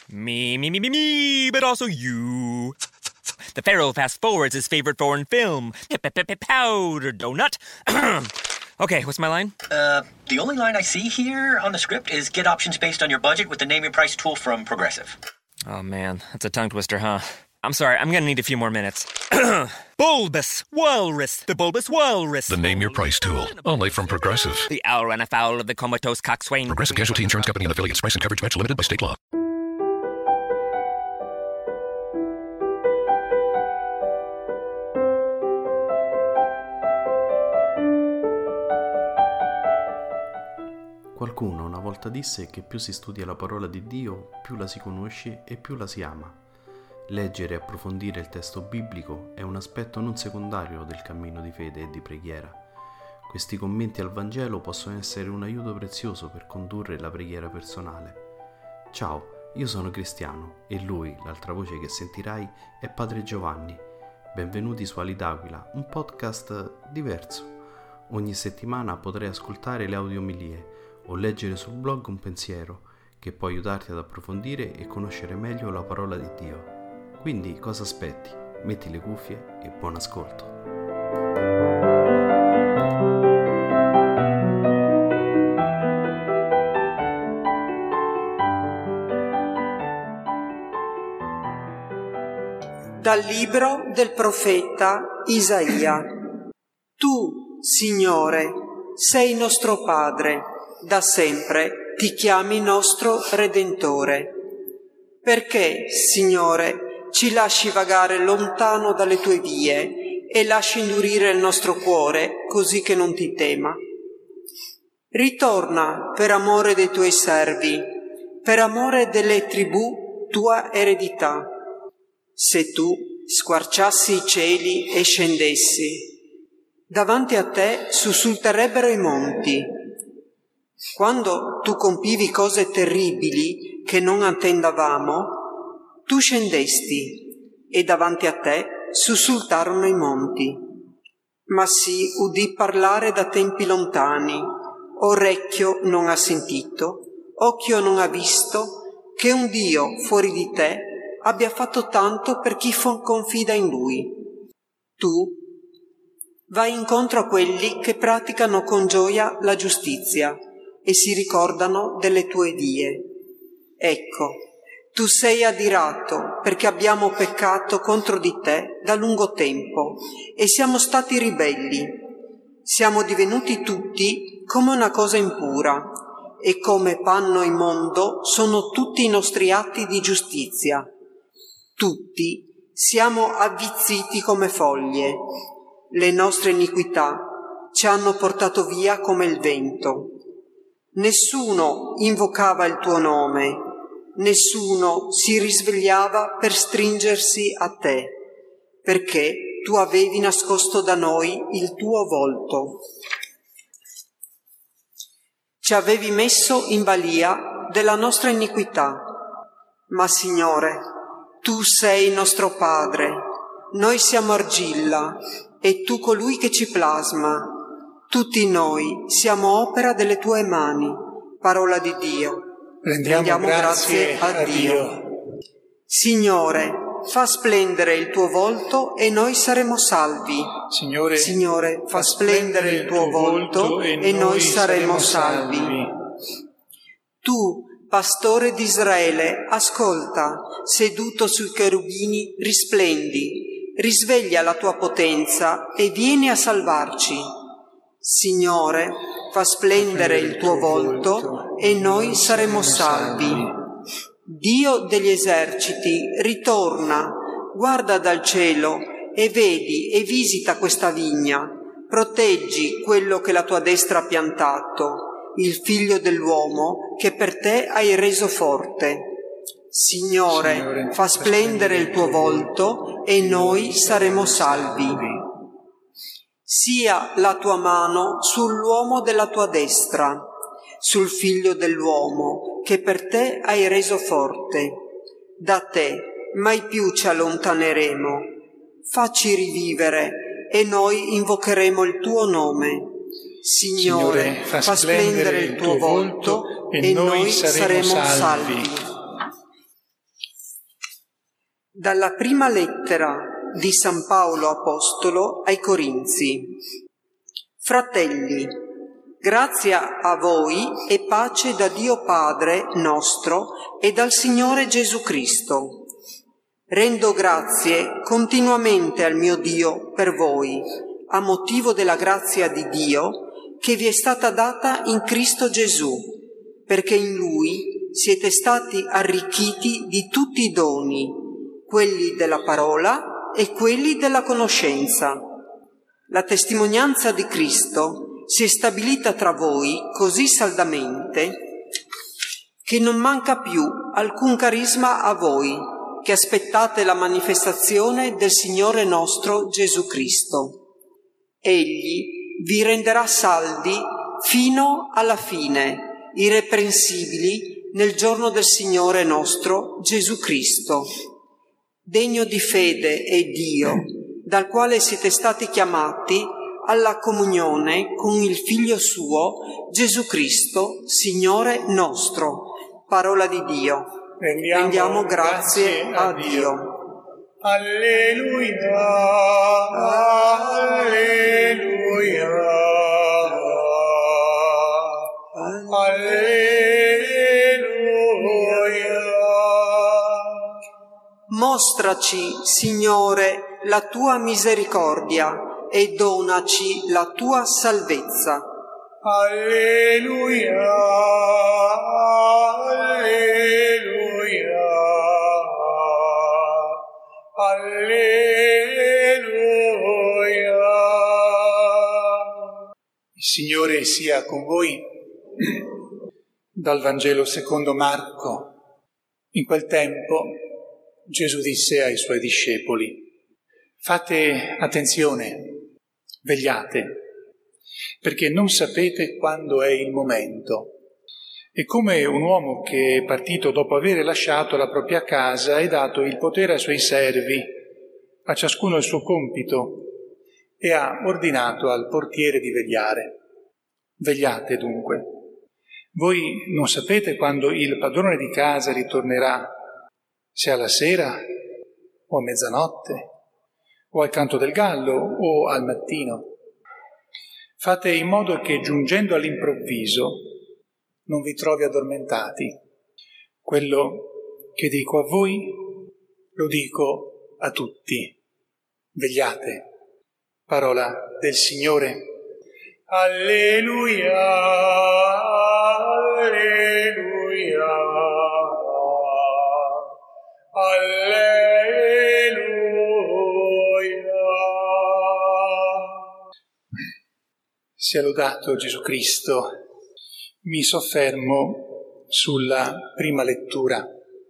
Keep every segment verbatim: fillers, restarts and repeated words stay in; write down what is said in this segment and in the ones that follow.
Me, me, me, me, me, but also you. The Pharaoh fast forwards his favorite foreign film, Powder Donut. Okay, what's my line? Uh, the only line I see here on the script is get options based on your budget with the Name Your Price tool from Progressive. Oh man, that's a tongue twister, huh? I'm sorry, I'm gonna need a few more minutes. Bulbous Walrus, the Bulbous Walrus. The Name Your Price tool, only from Progressive. The owl ran afoul of the comatose coxswain. Progressive Casualty Insurance Company and affiliates. Price and coverage match limited by state law. Qualcuno una volta disse che più si studia la parola di Dio, più la si conosce e più la si ama. Leggere e approfondire il testo biblico è un aspetto non secondario del cammino di fede e di preghiera. Questi commenti al Vangelo possono essere un aiuto prezioso per condurre la preghiera personale. Ciao, io sono Cristiano e lui, l'altra voce che sentirai, è Padre Giovanni. Benvenuti su Ali d'Aquila, un podcast diverso. Ogni settimana potrai ascoltare le audiomilie o leggere sul blog un pensiero che può aiutarti ad approfondire e conoscere meglio la parola di Dio. Quindi cosa aspetti? Metti le cuffie e buon ascolto. Dal libro del profeta Isaia. Tu, Signore, sei nostro Padre, da sempre ti chiami nostro Redentore. Perché, Signore, ci lasci vagare lontano dalle tue vie e lasci indurire il nostro cuore così che non ti tema? Ritorna per amore dei tuoi servi, per amore delle tribù tua eredità. Se tu squarciassi i cieli e scendessi, davanti a te sussulterebbero i monti. Quando tu compivi cose terribili che non attendavamo, tu scendesti e davanti a te sussultarono i monti. Ma si udì parlare da tempi lontani, orecchio non ha sentito, occhio non ha visto, che un Dio fuori di te abbia fatto tanto per chi confida in Lui. Tu vai incontro a quelli che praticano con gioia la giustizia e si ricordano delle tue vie. Ecco, tu sei adirato perché abbiamo peccato contro di te da lungo tempo e siamo stati ribelli. Siamo divenuti tutti come una cosa impura e come panno immondo sono tutti i nostri atti di giustizia. Tutti siamo avvizziti come foglie. Le nostre iniquità ci hanno portato via come il vento. Nessuno invocava il tuo nome. Nessuno si risvegliava per stringersi a te, perché tu avevi nascosto da noi il tuo volto. Ci avevi messo in balia della nostra iniquità. Ma, Signore, tu sei nostro Padre, noi siamo argilla e tu colui che ci plasma. Tutti noi siamo opera delle tue mani, parola di Dio. Rendiamo, Rendiamo grazie, grazie a Dio. Dio. Signore, fa splendere il tuo volto e noi saremo salvi. Signore, Signore fa splendere il tuo volto e noi saremo salvi. Tu, Pastore di Israele, ascolta, seduto sui cherubini, risplendi, risveglia la tua potenza e vieni a salvarci. Signore, fa splendere il tuo volto e noi saremo salvi. Dio degli eserciti, ritorna, guarda dal cielo e vedi e visita questa vigna. Proteggi quello che la tua destra ha piantato, il figlio dell'uomo che per te hai reso forte. Signore, Signore fa splendere il tuo volto e noi saremo salvi. Sia la tua mano sull'uomo della tua destra, sul figlio dell'uomo che per te hai reso forte. Da te mai più ci allontaneremo. Facci rivivere e noi invocheremo il tuo nome. Signore, Signore fa, fa splendere il tuo volto e noi saremo salvi. salvi. Dalla prima lettera di San Paolo Apostolo ai Corinzi. Fratelli, grazia a voi e pace da Dio Padre nostro e dal Signore Gesù Cristo. Rendo grazie continuamente al mio Dio per voi, a motivo della grazia di Dio che vi è stata data in Cristo Gesù, perché in Lui siete stati arricchiti di tutti i doni, quelli della parola e quelli della conoscenza. La testimonianza di Cristo si è stabilita tra voi così saldamente che non manca più alcun carisma a voi, che aspettate la manifestazione del Signore nostro Gesù Cristo. Egli vi renderà saldi fino alla fine, irreprensibili nel giorno del Signore nostro Gesù Cristo. Degno di fede è Dio, dal quale siete stati chiamati alla comunione con il Figlio suo, Gesù Cristo, Signore nostro. Parola di Dio. Rendiamo, Rendiamo grazie, grazie a, a Dio. Dio. Alleluia, alleluia, alleluia. Mostraci, Signore, la tua misericordia e donaci la tua salvezza. Alleluia, alleluia, alleluia. Il Signore sia con voi. Dal Vangelo secondo Marco. In quel tempo Gesù disse ai suoi discepoli: fate attenzione, vegliate, perché non sapete quando è il momento. È come un uomo che è partito dopo aver lasciato la propria casa e dato il potere ai suoi servi, a ciascuno il suo compito, e ha ordinato al portiere di vegliare. Vegliate dunque. Voi non sapete quando il padrone di casa ritornerà, se alla sera o a mezzanotte o al canto del gallo o al mattino. Fate in modo che, giungendo all'improvviso, non vi trovi addormentati. Quello che dico a voi lo dico a tutti. Vegliate. Parola del Signore. Alleluia, alleluia, alleluia. Sia lodato Gesù Cristo. Mi soffermo sulla prima lettura.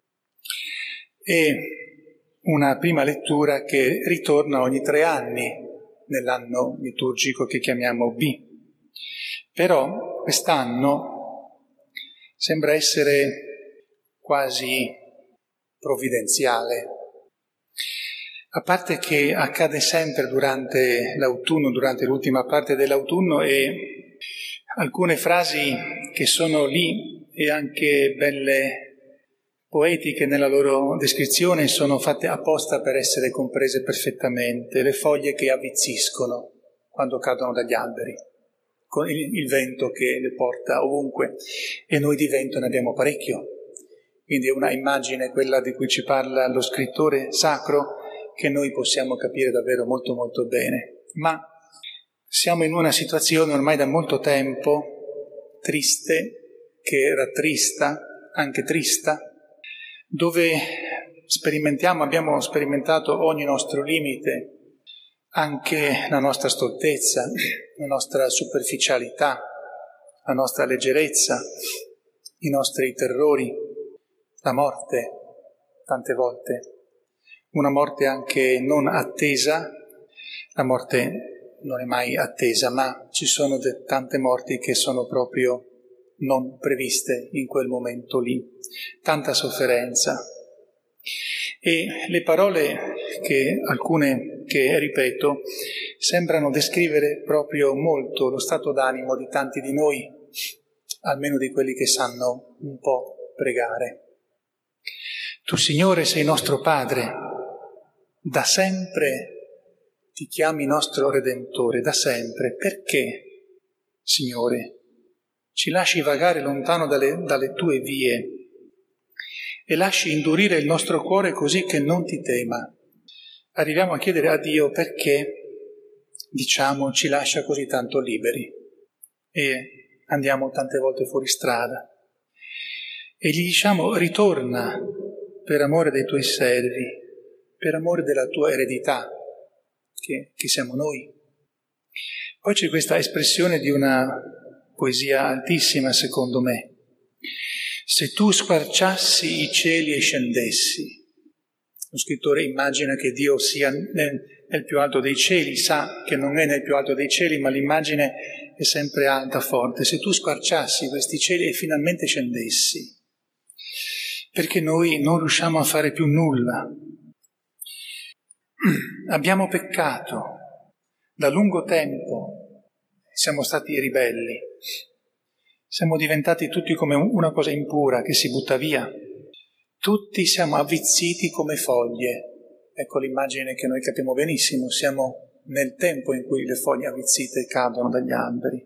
È una prima lettura che ritorna ogni tre anni nell'anno liturgico che chiamiamo B. Però quest'anno sembra essere quasi provvidenziale. A parte che accade sempre durante l'autunno, durante l'ultima parte dell'autunno, e alcune frasi che sono lì e anche belle poetiche nella loro descrizione sono fatte apposta per essere comprese perfettamente. Le foglie che avvizziscono quando cadono dagli alberi, con il, il vento che le porta ovunque, e noi di vento ne abbiamo parecchio. Quindi è una immagine, quella di cui ci parla lo scrittore sacro, che noi possiamo capire davvero molto molto bene. Ma siamo in una situazione ormai da molto tempo triste, che rattrista, anche trista, dove sperimentiamo, abbiamo sperimentato ogni nostro limite, anche la nostra stoltezza, la nostra superficialità, la nostra leggerezza, i nostri terrori, la morte, tante volte, una morte anche non attesa. La morte non è mai attesa, ma ci sono de- tante morti che sono proprio non previste in quel momento lì, tanta sofferenza. E le parole, che alcune che ripeto, sembrano descrivere proprio molto lo stato d'animo di tanti di noi, almeno di quelli che sanno un po' pregare. Tu, Signore, sei nostro Padre, da sempre ti chiami nostro Redentore, da sempre. Perché, Signore, ci lasci vagare lontano dalle, dalle tue vie e lasci indurire il nostro cuore così che non ti tema? Arriviamo a chiedere a Dio perché, diciamo, ci lascia così tanto liberi e andiamo tante volte fuori strada. E gli diciamo: ritorna per amore dei tuoi servi, per amore della tua eredità, che, che siamo noi. Poi c'è questa espressione di una poesia altissima, secondo me. Se tu squarciassi i cieli e scendessi. Lo scrittore immagina che Dio sia nel, nel più alto dei cieli, sa che non è nel più alto dei cieli, ma l'immagine è sempre alta, forte. Se tu squarciassi questi cieli e finalmente scendessi, perché noi non riusciamo a fare più nulla. Abbiamo peccato da lungo tempo, siamo stati ribelli, siamo diventati tutti come una cosa impura che si butta via, tutti siamo avvizziti come foglie. Ecco l'immagine che noi capiamo benissimo, siamo nel tempo in cui le foglie avvizzite cadono dagli alberi.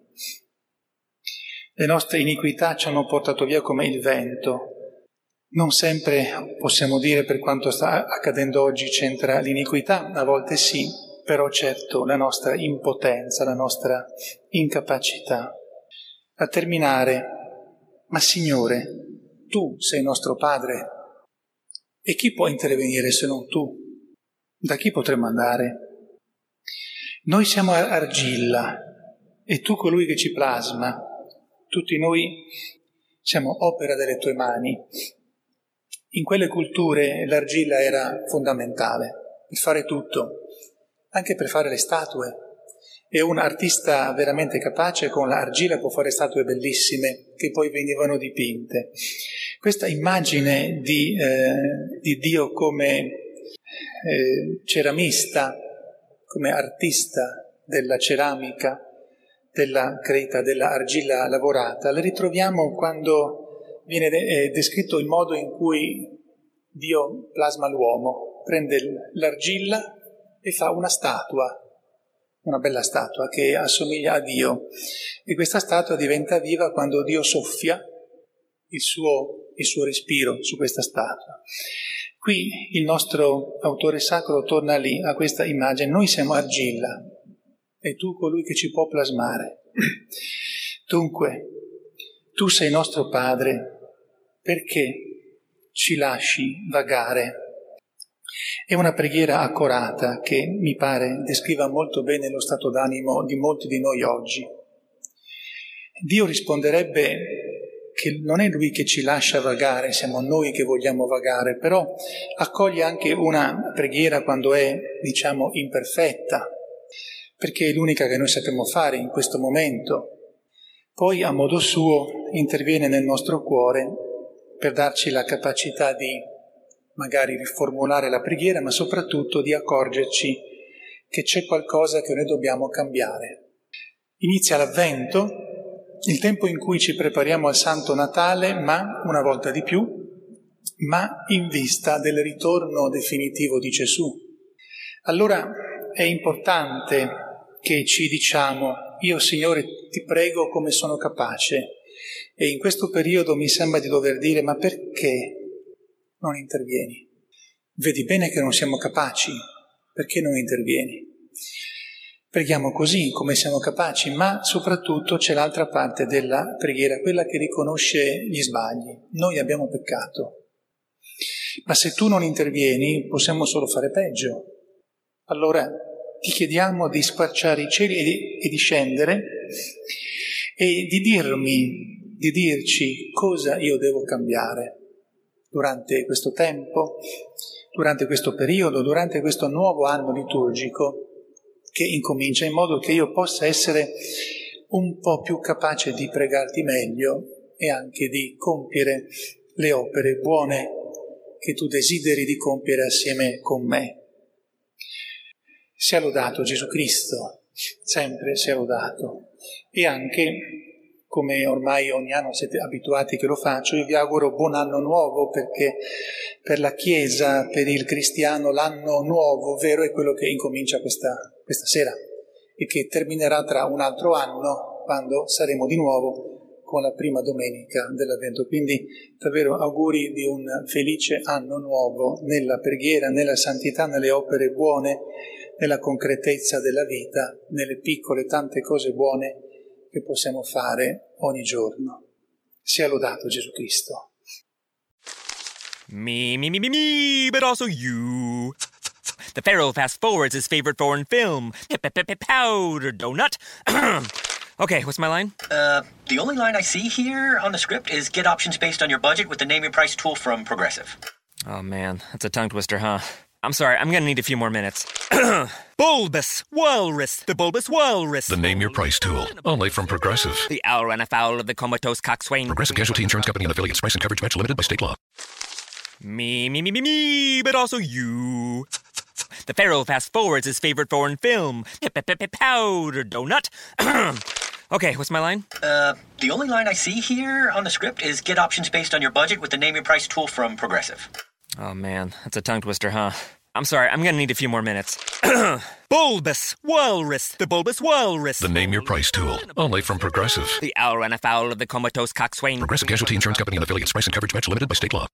Le nostre iniquità ci hanno portato via come il vento. Non sempre possiamo dire, per quanto sta accadendo oggi, c'entra l'iniquità, a volte sì, però certo la nostra impotenza, la nostra incapacità. A terminare, ma Signore, tu sei nostro Padre, e chi può intervenire se non tu? Da chi potremmo andare? Noi siamo argilla, e tu colui che ci plasma. Tutti noi siamo opera delle tue mani. In quelle culture l'argilla era fondamentale per fare tutto, anche per fare le statue. E un artista veramente capace con l'argilla può fare statue bellissime che poi venivano dipinte. Questa immagine di, eh, di Dio come eh, ceramista, come artista della ceramica, della creta, della argilla lavorata, la ritroviamo quando viene de- descritto il modo in cui Dio plasma l'uomo, prende l'argilla e fa una statua, una bella statua che assomiglia a Dio, e questa statua diventa viva quando Dio soffia il suo, il suo respiro su questa statua. Qui il nostro autore sacro torna lì, a questa immagine: noi siamo argilla e tu colui che ci può plasmare. Dunque, tu sei nostro Padre, perché ci lasci vagare? È una preghiera accorata che mi pare descriva molto bene lo stato d'animo di molti di noi oggi. Dio risponderebbe che non è Lui che ci lascia vagare, siamo noi che vogliamo vagare, però accoglie anche una preghiera quando è, diciamo, imperfetta, perché è l'unica che noi sappiamo fare in questo momento. Poi a modo suo interviene nel nostro cuore per darci la capacità di magari riformulare la preghiera, ma soprattutto di accorgerci che c'è qualcosa che noi dobbiamo cambiare. Inizia l'Avvento, il tempo in cui ci prepariamo al Santo Natale, ma una volta di più, ma in vista del ritorno definitivo di Gesù. Allora è importante che ci diciamo: io Signore ti prego come sono capace, e in questo periodo mi sembra di dover dire: ma perché non intervieni? Vedi bene che non siamo capaci, perché non intervieni? Preghiamo così, come siamo capaci, ma soprattutto c'è l'altra parte della preghiera, quella che riconosce gli sbagli. Noi abbiamo peccato, ma se tu non intervieni possiamo solo fare peggio. Allora ti chiediamo di squarciare i cieli e di, e di scendere e di dirmi, di dirci cosa io devo cambiare durante questo tempo, durante questo periodo, durante questo nuovo anno liturgico che incomincia, in modo che io possa essere un po' più capace di pregarti meglio e anche di compiere le opere buone che tu desideri di compiere assieme con me. Sia lodato Gesù Cristo, sempre sia lodato. E anche come ormai ogni anno siete abituati che lo faccio, io vi auguro buon anno nuovo, perché per la Chiesa, per il cristiano, l'anno nuovo vero è quello che incomincia questa, questa sera e che terminerà tra un altro anno, quando saremo di nuovo con la prima domenica dell'Avvento. Quindi davvero auguri di un felice anno nuovo nella preghiera, nella santità, nelle opere buone, nella concretezza della vita, nelle piccole tante cose buone che possiamo fare ogni giorno. Sia lodato Gesù Cristo. Me, me, me, me, me, but also you. The Pharaoh fast forwards his favorite foreign film, Powder Donut. Okay, what's my line? Uh, the only line I see here on the script is get options based on your budget with the Name Your Price tool from Progressive. Oh man, that's a tongue twister, huh? I'm sorry, I'm gonna need a few more minutes. Bulbous Walrus, the Bulbous Walrus. The Name Your Price tool, only from Progressive. The owl ran afoul of the comatose coxswain. Progressive Casualty Insurance Company and affiliates. Price and coverage match limited by state law. Me, me, me, me, me, but also you. The Pharaoh fast forwards his favorite foreign film, Powder Donut. Okay, what's my line? Uh, the only line I see here on the script is get options based on your budget with the Name Your Price tool from Progressive. Oh man, that's a tongue twister, huh? I'm sorry, I'm gonna need a few more minutes. Bulbous Walrus, the Bulbous Walrus. The Name Your Price tool, only from Progressive. The owl ran afoul of the comatose coxswain. Progressive Casualty Insurance Company and affiliates. Price and coverage match limited by state law.